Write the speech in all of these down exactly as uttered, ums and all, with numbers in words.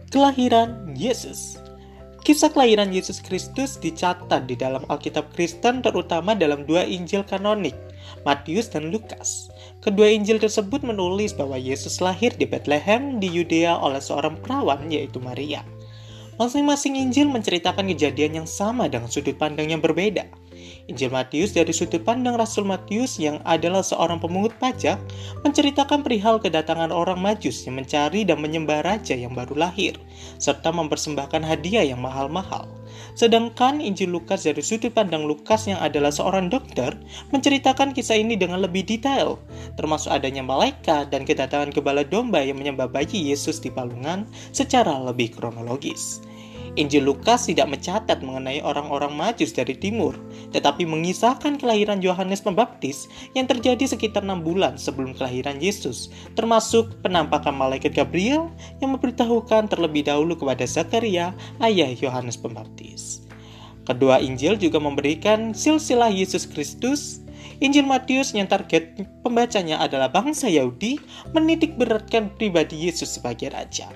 Kelahiran Yesus. Kisah kelahiran Yesus Kristus dicatat di dalam Alkitab Kristen, terutama dalam dua Injil kanonik, Matius dan Lukas. Kedua Injil tersebut menulis bahwa Yesus lahir di Bethlehem di Yudea oleh seorang perawan, yaitu Maria. Masing-masing Injil menceritakan kejadian yang sama dengan sudut pandang yang berbeda. Injil Matius dari sudut pandang Rasul Matius yang adalah seorang pemungut pajak menceritakan perihal kedatangan orang Majus yang mencari dan menyembah raja yang baru lahir, serta mempersembahkan hadiah yang mahal-mahal. Sedangkan Injil Lukas dari sudut pandang Lukas yang adalah seorang dokter menceritakan kisah ini dengan lebih detail, termasuk adanya malaikat dan kedatangan gembala domba yang menyembah bayi Yesus di palungan secara lebih kronologis. Injil Lukas tidak mencatat mengenai orang-orang Majus dari timur, tetapi mengisahkan kelahiran Yohanes Pembaptis yang terjadi sekitar enam bulan sebelum kelahiran Yesus, termasuk penampakan malaikat Gabriel yang memberitahukan terlebih dahulu kepada Zakaria, ayah Yohanes Pembaptis. Kedua Injil juga memberikan silsilah Yesus Kristus. Injil Matius yang target pembacanya adalah bangsa Yahudi menitik beratkan pribadi Yesus sebagai raja.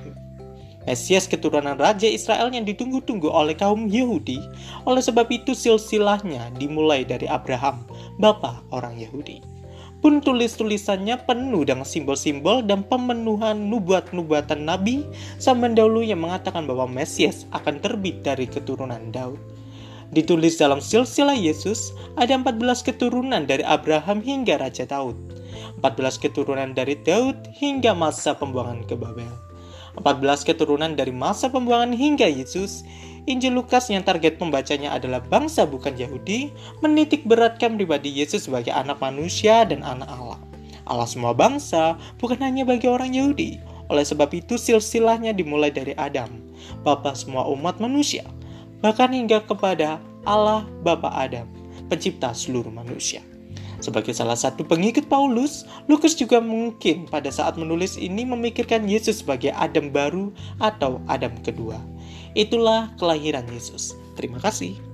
Mesias keturunan Raja Israel yang ditunggu-tunggu oleh kaum Yahudi. Oleh sebab itu silsilahnya dimulai dari Abraham, bapa orang Yahudi. Pun tulis-tulisannya penuh dengan simbol-simbol dan pemenuhan nubuat-nubuatan Nabi zaman dahulu yang mengatakan bahwa Mesias akan terbit dari keturunan Daud. Ditulis dalam silsilah Yesus, ada empat belas keturunan dari Abraham hingga Raja Daud, empat belas keturunan dari Daud hingga masa pembuangan ke Babel, empat belas keturunan dari masa pembuangan hingga Yesus. Injil Lukas yang target pembacanya adalah bangsa bukan Yahudi menitik beratkan pribadi Yesus sebagai anak manusia dan anak Allah. Allah semua bangsa, bukan hanya bagi orang Yahudi. Oleh sebab itu silsilahnya dimulai dari Adam, bapa semua umat manusia, bahkan hingga kepada Allah Bapa Adam, pencipta seluruh manusia. Sebagai salah satu pengikut Paulus, Lukas juga mungkin pada saat menulis ini memikirkan Yesus sebagai Adam baru atau Adam kedua. Itulah kelahiran Yesus. Terima kasih.